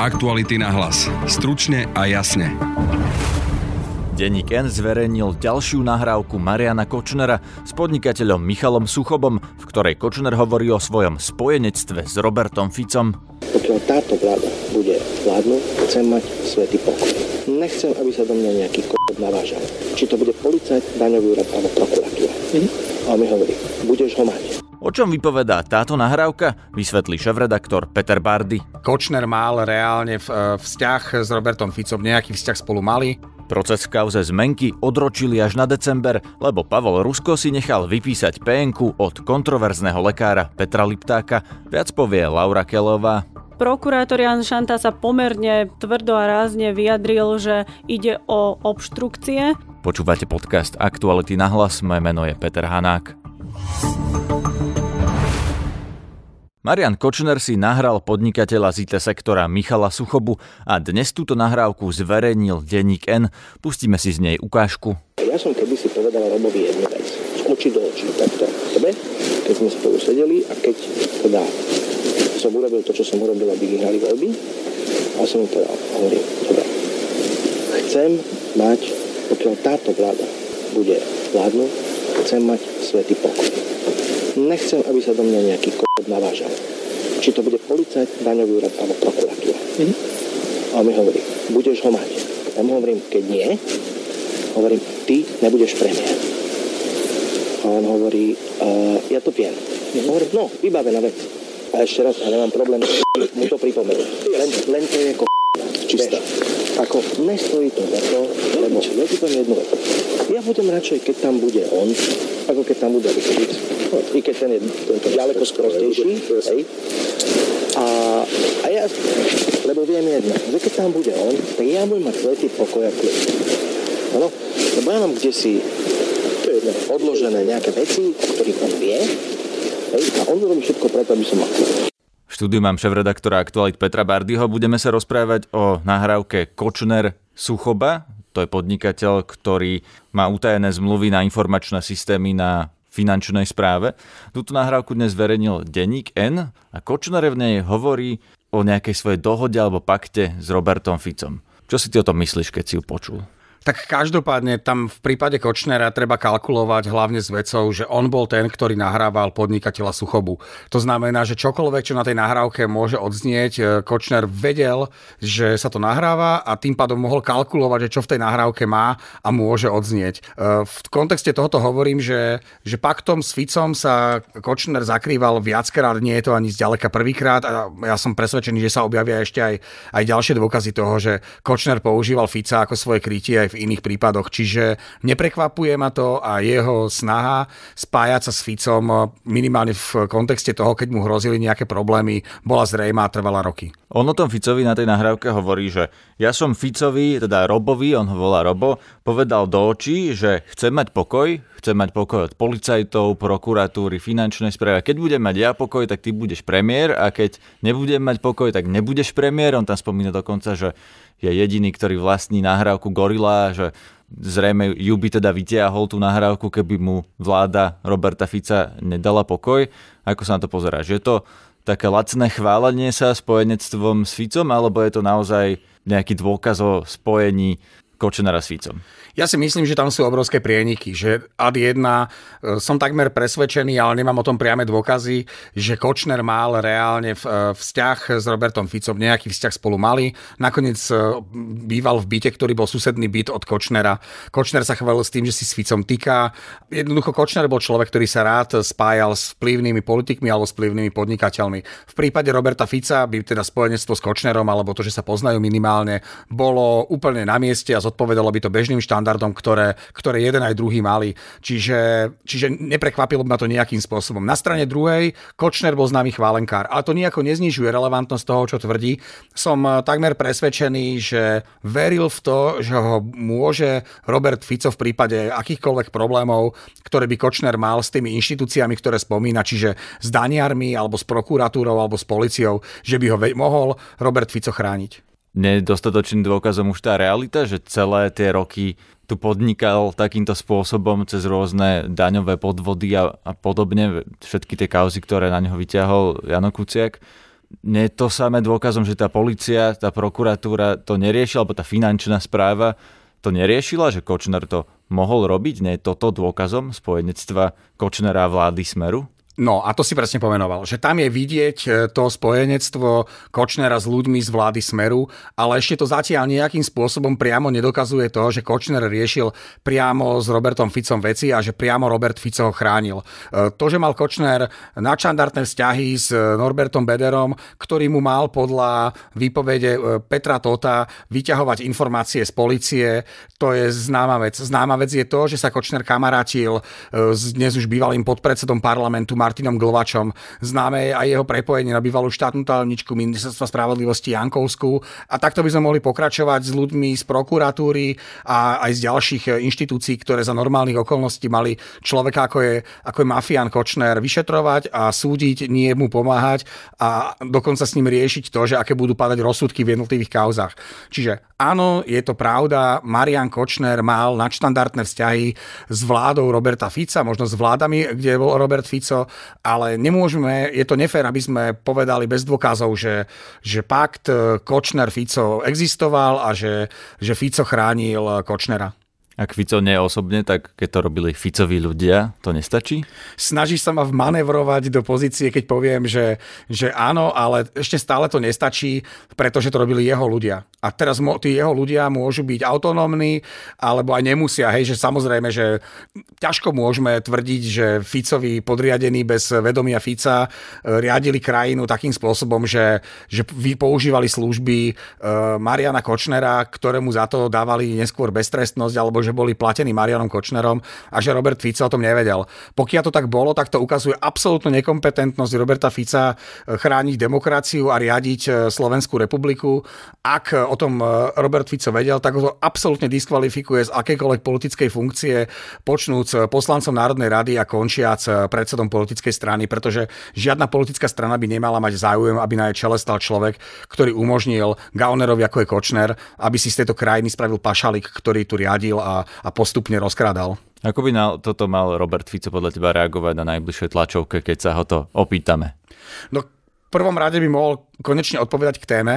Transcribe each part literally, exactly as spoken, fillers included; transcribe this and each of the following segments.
Aktuality na hlas. Stručne a jasne. Denník N zverejnil ďalšiu nahrávku Mariana Kočnera s podnikateľom Michalom Suchobom, v ktorej Kočner hovorí o svojom spojenectve s Robertom Ficom. Pokiaľ táto vláda bude vládnuť, chcem mať svätý pokoj. Nechcem, aby sa do mňa nejaký k***t navážal. Či to bude policajt, daňový úrad alebo prokuratúra. Mhm. A on mi hovorí, budeš ho mať. O čom vypovedá táto nahrávka, vysvetlí šéfredaktor Peter Bardy. Kočner mal reálne vzťah s Robertom Ficom, nejaký vzťah spolu mali. Proces v kauze zmenky odročili až na december, lebo Pavol Rusko si nechal vypísať pé enku od kontroverzného lekára Petra Liptáka. Viac povie Laura Kelová. Prokurátor Jan Šanta sa pomerne tvrdo a rázne vyjadril, že ide o obštrukcie. Počúvate podcast Aktuality na hlas, moje meno je Peter Hanák. Marian Kočner si nahral podnikateľa z í té sektora Michala Suchobu a dnes túto nahrávku zverejnil denník N. Pustíme si z nej ukážku. Ja som kedysi povedal Robovi jednu vec. Z očí do očí, takto tebe, keď sme spolu sedeli a keď teda som urobil to, čo som urobil, aby vyhrali voľby. A som mu povedal, hovorím, dobre, chcem mať, pokiaľ táto vláda bude vládnuť, chcem mať svätý pokoj. Nechcem, aby sa do mňa nejaký k***t navážal. Či to bude policajt, daňový úrad alebo prokuratúra. Mm-hmm. A on mi hovorí, budeš ho mať. Ja mu hovorím, keď nie, hovorím, ty nebudeš premiér. A on hovorí, uh, ja to viem. Mm-hmm. Hovorím, no, vybavená vec. A ešte raz, ja nemám problém mu to pripomenúť. Len, len to je k***. Čistá. Ako nestojí to za to, lebo ja ti poviem jednu vec. Ja budem radšej, keď tam bude on, ako keď tam bude Fico. I keď ten je tento ďaleko sprostejší. Hej. A, a ja, lebo viem jedno, že keď tam bude on, tak ja budem mať svätý pokoj a kľud. Áno? Lebo ja mám kdesi odložené nejaké veci, o ktorých on vie. Hej. A on robí všetko preto, aby som mal kľud. V štúdiu mám šéfredaktora Aktualit Petra Bardyho. Budeme sa rozprávať o nahrávke Kočner Suchoba. To je podnikateľ, ktorý má utajené zmluvy na informačné systémy na finančnej správe. Túto nahrávku dnes zverejnil denník N a Kočner v nej hovorí o nejakej svojej dohode alebo pakte s Robertom Ficom. Čo si ty o tom myslíš, keď si ju počul? Tak každopádne tam v prípade Kočnera treba kalkulovať hlavne s vecou, že on bol ten, ktorý nahrával podnikateľa Suchobu. To znamená, že čokoľvek, čo na tej nahrávke môže odznieť, Kočner vedel, že sa to nahráva a tým pádom mohol kalkulovať, že čo v tej nahrávke má a môže odznieť. V kontexte tohoto hovorím, že, že paktom s Ficom sa Kočner zakrýval viackrát, nie je to ani zďaleka prvýkrát a ja som presvedčený, že sa objavia ešte aj, aj ďalšie dôkazy toho, že Kočner používal Fica ako svoje krytie aj v iných prípadoch. Čiže neprekvapuje ma to a jeho snaha spájať sa s Ficom minimálne v kontexte toho, keď mu hrozili nejaké problémy, bola zrejmá a trvala roky. On o tom Ficovi na tej nahrávke hovorí, že ja som Ficovi, teda Robovi, on ho volá Robo, povedal do očí, že chcem mať pokoj, chcem mať pokoj od policajtov, prokuratúry, finančnej správy. Keď budem mať ja pokoj, tak ty budeš premiér a keď nebudem mať pokoj, tak nebudeš premiér. On tam spomína dokonca, že je jediný, ktorý vlastní nahrávku Gorila, že zrejme ju by teda vytiahol tú nahrávku, keby mu vláda Roberta Fica nedala pokoj. Ako sa na to pozeráš? Je to také lacné chválenie sa spojenectvom s Ficom, alebo je to naozaj nejaký dôkaz o spojení Kočnera s Ficom? Ja si myslím, že tam sú obrovské prieniky, že ad jedna som takmer presvedčený, ale nemám o tom priame dôkazy, že Kočner mal reálne vzťah s Robertom Ficom, nejaký vzťah spolu mali. Nakoniec býval v byte, ktorý bol susedný byt od Kočnera. Kočner sa chválil s tým, že si s Ficom týka. Jednoducho Kočner bol človek, ktorý sa rád spájal s vplyvnými politikmi alebo s vplyvnými podnikateľmi. V prípade Roberta Fica by teda spojenectvo s Kočnerom alebo to, že sa poznajú minimálne, bolo úplne na mieste a zodpovedalo by to bežným štandardom, ktoré, ktoré jeden aj druhý mali. Čiže, čiže neprekvapilo by ma to nejakým spôsobom. Na strane druhej, Kočner bol známy chválenkár, ale to nejako neznižuje relevantnosť toho, čo tvrdí. Som takmer presvedčený, že veril v to, že ho môže Robert Fico v prípade akýchkoľvek problémov, ktoré by Kočner mal s tými inštitúciami, ktoré spomína, čiže s daniarmi, alebo s prokuratúrou, alebo s políciou, že by ho mohol Robert Fico chrániť. Nedostatočným dôkazom už tá realita, že celé tie roky tu podnikal takýmto spôsobom cez rôzne daňové podvody a, a podobne, všetky tie kauzy, ktoré na neho vyťahol Jano Kuciak. nie je to samé dôkazom, že tá polícia, tá prokuratúra to neriešila, alebo tá finančná správa to neriešila, že Kočner to mohol robiť? Nie je toto dôkazom spojenectva Kočnera a vlády Smeru? No a to si presne pomenoval, že tam je vidieť to spojenectvo Kočnera s ľuďmi z vlády Smeru, ale ešte to zatiaľ nejakým spôsobom priamo nedokazuje to, že Kočner riešil priamo s Robertom Ficom veci a že priamo Robert Fico ho chránil. To, že mal Kočner nadštandardné vzťahy s Norbertom Bederom, ktorý mu mal podľa výpovede Petra Tota vyťahovať informácie z polície, to je známa vec. Známa vec je to, že sa Kočner kamarátil s dnes už bývalým podpredsedom parlamentu Martinom Glvačom. Známe je aj jeho prepojenie na bývalú štátnu tajomničku Ministerstva spravodlivosti Jankovskú a takto by sme mohli pokračovať s ľuďmi z prokuratúry a aj z ďalších inštitúcií, ktoré za normálnych okolností mali človeka ako je, ako je mafián Kočner vyšetrovať a súdiť, nie mu pomáhať a dokonca s ním riešiť to, že aké budú padať rozsudky v jednotlivých kauzách. Čiže áno, je to pravda, Marián Kočner mal nadštandardné vzťahy s vládou Roberta Fica, možno s vládami, kde bol Robert Fico, ale nemôžeme, je to nefér, aby sme povedali bez dôkazov, že, že pakt Kočner-Fico existoval a že, že Fico chránil Kočnera. Ak Fico nie osobne, tak keď to robili Ficoví ľudia, to nestačí? Snažíš sa ma vmanevrovať do pozície, keď poviem, že, že áno, ale ešte stále to nestačí, pretože to robili jeho ľudia. A teraz mo- tí jeho ľudia môžu byť autonómni, alebo aj nemusia. Hej, že samozrejme, že ťažko môžeme tvrdiť, že Ficovi podriadení bez vedomia Fica riadili krajinu takým spôsobom, že, že používali služby Mariana Kočnera, ktorému za to dávali neskôr beztrestnosť, alebo že boli platení Marianom Kočnerom a že Robert Fico o tom nevedel. Pokiaľ to tak bolo, tak to ukazuje absolútnu nekompetentnosť Roberta Fica chrániť demokraciu a riadiť Slovenskú republiku. Ak o tom Robert Fico vedel, tak ho to absolútne diskvalifikuje z akékoľvek politickej funkcie, počnúc poslancom Národnej rady a končiac predsedom politickej strany, pretože žiadna politická strana by nemala mať záujem, aby na jej čele stal človek, ktorý umožnil gaunerovi, ako je Kočner, aby si z tejto krajiny spravil pašalík, ktorý tu riadil a a postupne rozkrádal. Ako by na toto mal Robert Fico podľa teba reagovať na najbližšej tlačovke, keď sa ho to opýtame? No, v prvom rade by mohol konečne odpovedať k téme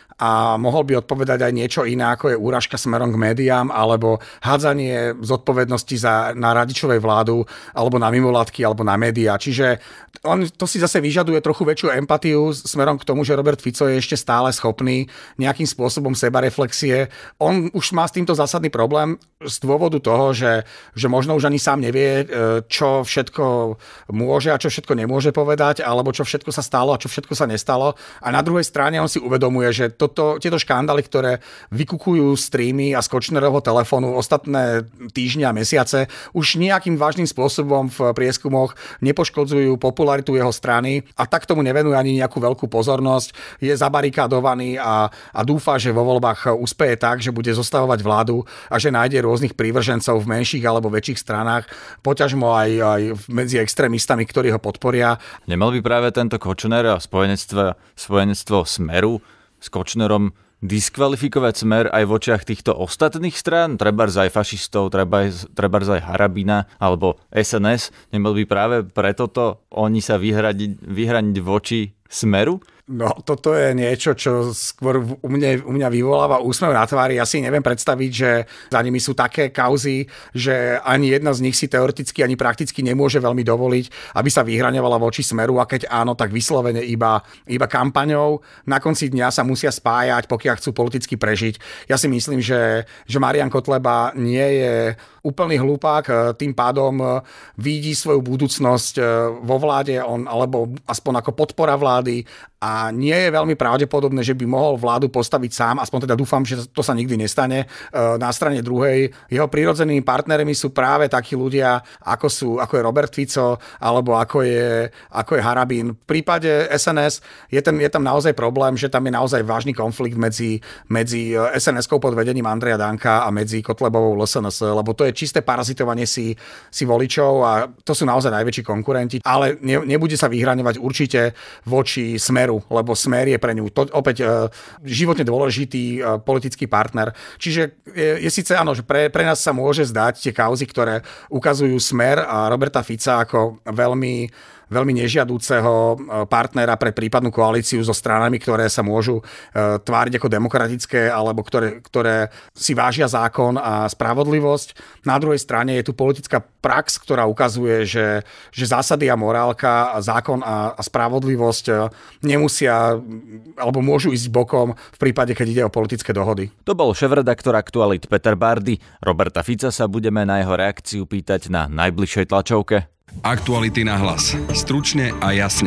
a mohol by odpovedať aj niečo iné, ako je úražka smerom k médiám, alebo hádzanie zodpovednosti za, na Radičovej vládu, alebo na mimovládky, alebo na médiá. Čiže on, to si zase vyžaduje trochu väčšiu empatiu smerom k tomu, že Robert Fico je ešte stále schopný nejakým spôsobom sebareflexie. On už má s týmto zásadný problém z dôvodu toho, že, že možno už ani sám nevie, čo všetko môže a čo všetko nemôže povedať, alebo čo všetko sa stalo a čo všetko sa nestalo. A na druhej strane on si uvedomuje, že Toto, tieto škandály, ktoré vykukujú streamy a z Kočnerovho telefónu ostatné týždne a mesiace, už nejakým vážnym spôsobom v prieskumoch nepoškodzujú popularitu jeho strany a tak tomu nevenuje ani nejakú veľkú pozornosť. Je zabarikádovaný a, a dúfa, že vo voľbách úspeje tak, že bude zostavovať vládu a že nájde rôznych prívržencov v menších alebo väčších stranách, poťažmo aj, aj medzi extrémistami, ktorí ho podporia. Nemal by práve tento Kočner a spojenectvo, spojenectvo Smeru s Kočnerom diskvalifikovať Smer aj v očiach týchto ostatných strán, trebárs aj fašistov, trebárs aj Harabina alebo es en es, nemal by práve preto to oni sa vyhradiť, vyhraniť voči Smeru? No, toto je niečo, čo skôr u mňa, u mňa vyvoláva úsmev na tvári. Ja si neviem predstaviť, že za nimi sú také kauzy, že ani jedna z nich si teoreticky ani prakticky nemôže veľmi dovoliť, aby sa vyhraňovala voči Smeru a keď áno, tak vyslovene iba, iba kampaňou. Na konci dňa sa musia spájať, pokiaľ chcú politicky prežiť. Ja si myslím, že, že Marián Kotleba nie je úplný hlupák, tým pádom vidí svoju budúcnosť vo vláde, on, alebo aspoň ako podpora vlády a nie je veľmi pravdepodobné, že by mohol vládu postaviť sám, aspoň teda dúfam, že to sa nikdy nestane. Na strane druhej jeho prirodzenými partnermi sú práve takí ľudia, ako sú, ako je Robert Fico, alebo ako je, ako je Harabín. V prípade es en es je, ten, je tam naozaj problém, že tam je naozaj vážny konflikt medzi, medzi es en eskou pod vedením Andreja Danka a medzi Kotlebovou el es en es, lebo to je čisté parazitovanie si, si voličov a to sú naozaj najväčší konkurenti, ale ne, nebude sa vyhraňovať určite voči Smeru, lebo Smer je pre ňu to, opäť uh, životne dôležitý uh, politický partner. Čiže je, je síce áno, že pre, pre nás sa môže zdať tie kauzy, ktoré ukazujú Smer a Roberta Fica ako veľmi veľmi nežiadúceho partnera pre prípadnú koalíciu so stranami, ktoré sa môžu tváriť ako demokratické alebo ktoré, ktoré si vážia zákon a spravodlivosť. Na druhej strane je tu politická prax, ktorá ukazuje, že, že zásady a morálka, a zákon a, a spravodlivosť nemusia alebo môžu ísť bokom v prípade, keď ide o politické dohody. To bol šéfredaktor Aktualít Peter Bardy. Roberta Fica sa budeme na jeho reakciu pýtať na najbližšej tlačovke. Aktuality na hlas. Stručne a jasne.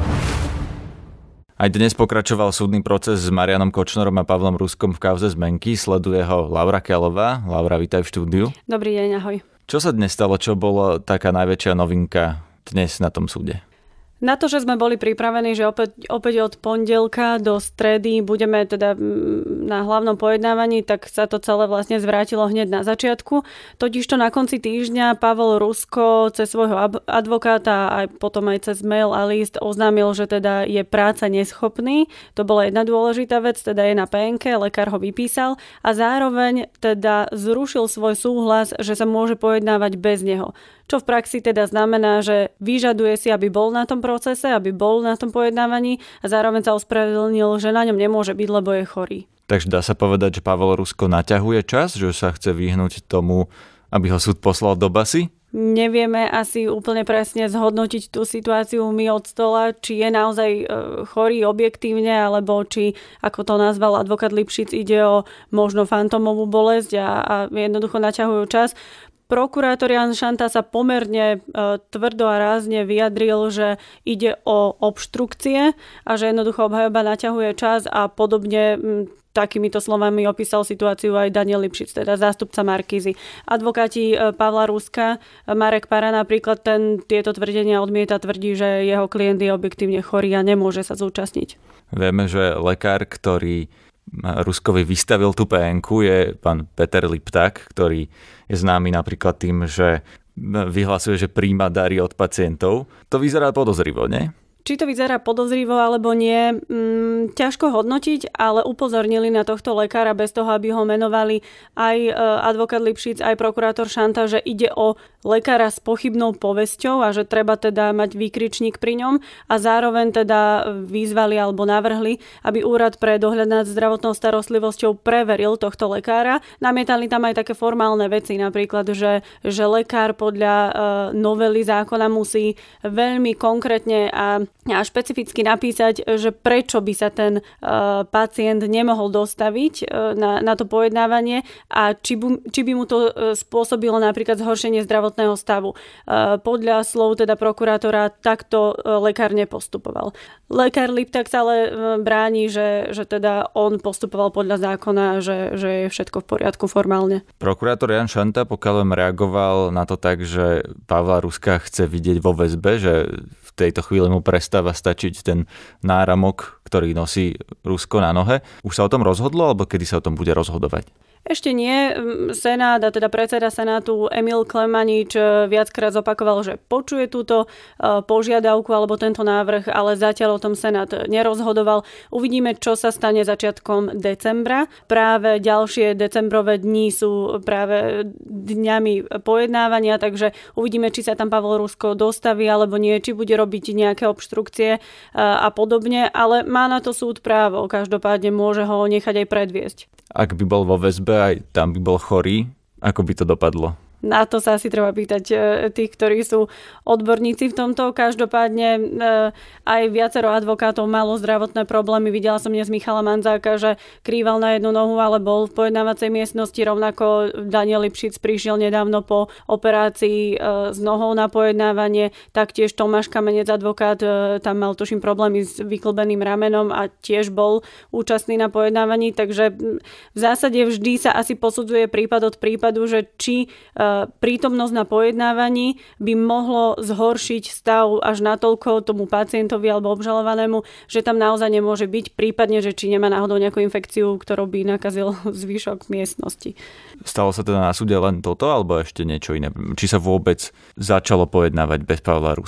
Aj dnes pokračoval súdny proces s Marianom Kočnerom a Pavlom Ruskom v kauze zmenky. Sleduje ho Laura Kelová. Laura, vítaj v štúdiu. Dobrý deň, ahoj. Čo sa dnes stalo? Čo bolo taká najväčšia novinka dnes na tom súde? Na to, že sme boli pripravení, že opäť, opäť od pondelka do stredy budeme teda na hlavnom pojednávaní, tak sa to celé vlastne zvrátilo hneď na začiatku. Totižto na konci týždňa Pavel Rusko cez svojho advokáta aj potom aj cez mail a list oznámil, že teda je práca neschopný. To bola jedna dôležitá vec, teda je na pé en ká, lekár ho vypísal a zároveň teda zrušil svoj súhlas, že sa môže pojednávať bez neho. Čo v praxi teda znamená, že vyžaduje si, aby bol na tom procese, aby bol na tom pojednávaní a zároveň sa ospravedlnil, že na ňom nemôže byť, lebo je chorý. Takže dá sa povedať, že Pavel Rusko naťahuje čas, že sa chce vyhnúť tomu, aby ho súd poslal do basy? Nevieme asi úplne presne zhodnotiť tú situáciu my od stola, či je naozaj chorý objektívne, alebo či, ako to nazval advokát Lipšic, ide o možno fantomovú bolesť a, a jednoducho naťahujú čas. Prokurátor Jan Šanta sa pomerne e, tvrdo a rázne vyjadril, že ide o obštrukcie a že jednoducho obhajoba naťahuje čas a podobne m, takýmito slovami opísal situáciu aj Daniel Lipšic, teda zástupca Markízy. Advokáti e, Pavla Ruska, e, Marek Para napríklad ten, tieto tvrdenia odmieta, tvrdí, že jeho klient je objektívne chorý a nemôže sa zúčastniť. Vieme, že lekár, ktorý Ruskovi vystavil tú pé en ká, je pán Peter Lipták, ktorý je známy napríklad tým, že vyhlasuje, že príjma dary od pacientov. To vyzerá podozrivo, nie? Či to vyzerá podozrivo alebo nie, mm, ťažko hodnotiť, ale upozornili na tohto lekára bez toho, aby ho menovali aj advokát Lipšic, aj prokurátor Šanta, že ide o lekára s pochybnou povesťou a že treba teda mať výkričník pri ňom a zároveň teda vyzvali alebo navrhli, aby úrad pre dohľad nad zdravotnou starostlivosťou preveril tohto lekára. Namietali tam aj také formálne veci, napríklad, že, že lekár podľa e, novely zákona musí veľmi konkrétne a a špecificky napísať, že prečo by sa ten uh, pacient nemohol dostaviť uh, na, na to pojednávanie a či, bu, či by mu to uh, spôsobilo napríklad zhoršenie zdravotného stavu. Uh, podľa slov teda prokurátora takto uh, lekár nepostupoval. Lekár Lipták sa ale uh, bráni, že, že teda on postupoval podľa zákona, že, že je všetko v poriadku formálne. Prokurátor Jan Šanta pokiaľ reagoval na to tak, že Pavla Ruska chce vidieť vo väzbe, že v tejto chvíli mu prestáva stačiť ten náramok, ktorý nosí Rusko na nohe. Už sa o tom rozhodlo, alebo kedy sa o tom bude rozhodovať? Ešte nie. Senát, a teda predseda Senátu Emil Klemanič viackrát zopakoval, že počuje túto požiadavku alebo tento návrh, ale zatiaľ o tom Senát nerozhodoval. Uvidíme, čo sa stane začiatkom decembra. Práve ďalšie decembrové dni sú práve dňami pojednávania, takže uvidíme, či sa tam Pavel Rusko dostaví alebo nie, či bude robiť nejaké obštrukcie a podobne, ale má na to súd právo. Každopádne môže ho nechať aj predviesť. Ak by bol vo väzbe, aj tam by bol chorý, ako by to dopadlo? Na to sa asi treba pýtať tých, ktorí sú odborníci v tomto. Každopádne aj viacero advokátov malo zdravotné problémy. Videla som dnes Michala Manzáka, že krýval na jednu nohu, ale bol v pojednávacej miestnosti. Rovnako Daniel Lipšic prišiel nedávno po operácii s nohou na pojednávanie. Taktiež Tomáš Kamenec, advokát, tam mal tuším problémy s vyklbeným ramenom a tiež bol účastný na pojednávaní. Takže v zásade vždy sa asi posudzuje prípad od prípadu, že či prítomnosť na pojednávaní by mohlo zhoršiť stav až natoľko tomu pacientovi alebo obžalovanému, že tam naozaj nemôže byť, prípadne, že či nemá náhodou nejakú infekciu, ktorou by nakazil zvyšok miestnosti. Stalo sa teda na súde len toto, alebo ešte niečo iné? Či sa vôbec začalo pojednávať bez Pavla Ruska?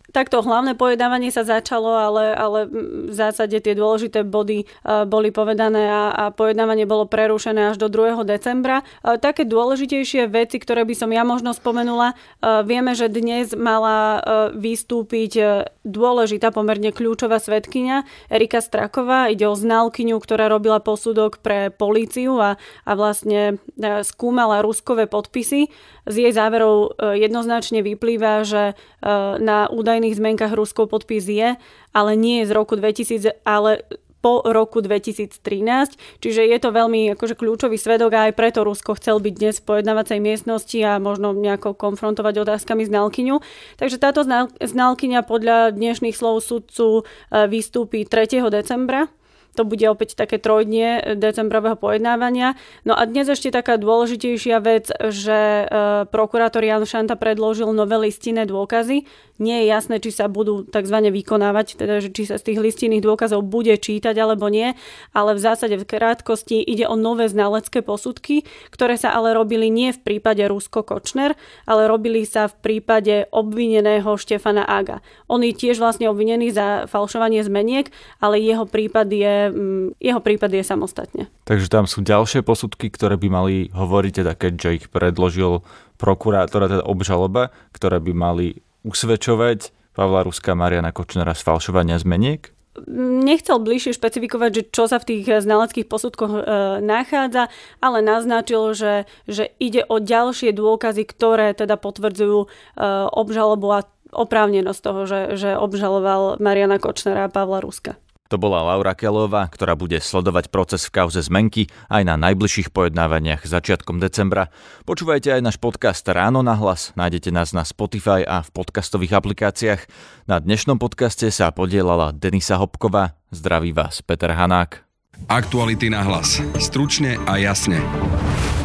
Takto hlavné pojednávanie sa začalo, ale, ale v zásade tie dôležité body boli povedané a, a pojednávanie bolo prerušené až do druhého decembra. Také dôležitejšie veci, ktoré by som ja možno spomenula, vieme, že dnes mala vystúpiť dôležitá, pomerne kľúčová svedkyňa Erika Straková. Ide o znalkyňu, ktorá robila posudok pre políciu a, a vlastne skúmala ruskové podpisy. Z jej záverov jednoznačne vyplýva, že na údajných zmenkách Ruskov podpis je, ale nie je z roku dvetisíc, ale po roku dvetisíctrinásť. Čiže je to veľmi akože kľúčový svedok a aj preto Rusko chcel byť dnes v pojednávacej miestnosti a možno nejako konfrontovať otázkami znalkyňu. Takže táto znalkyňa podľa dnešných slov sudcu vystúpi tretieho decembra. To bude opäť také trojdnie decembrového pojednávania. No a dnes ešte taká dôležitejšia vec, že prokurátor Jan Šanta predložil nové listinné dôkazy. Nie je jasné, či sa budú takzvané vykonávať, teda že či sa z tých listinných dôkazov bude čítať alebo nie, ale v zásade v krátkosti ide o nové znalecké posudky, ktoré sa ale robili nie v prípade Rusko-Kočner, ale robili sa v prípade obvineného Štefana Aga. On je tiež vlastne obvinený za falšovanie zmeniek, ale jeho prípad je, jeho prípad je samostatne. Takže tam sú ďalšie posudky, ktoré by mali hovoriť, teda keďže ich predložil prokurátor, teda obžaloba, ktoré by mali usvedčovať Pavla Ruska a Mariana Kočnera z falšovania zmeniek? Nechcel bližšie špecifikovať, že čo sa v tých znaleckých posudkoch e, nachádza, ale naznačil, že, že ide o ďalšie dôkazy, ktoré teda potvrdzujú e, obžalobu a oprávnenosť toho, že, že obžaloval Mariana Kočnera a Pavla Ruska. To bola Laura Kelová, ktorá bude sledovať proces v kauze zmenky aj na najbližších pojednávaniach začiatkom decembra. Počúvajte aj náš podcast Ráno na hlas, nájdete nás na Spotify a v podcastových aplikáciách. Na dnešnom podcaste sa podielala Denisa Hopková. Zdraví vás Peter Hanák. Aktuality na hlas. Stručne a jasne.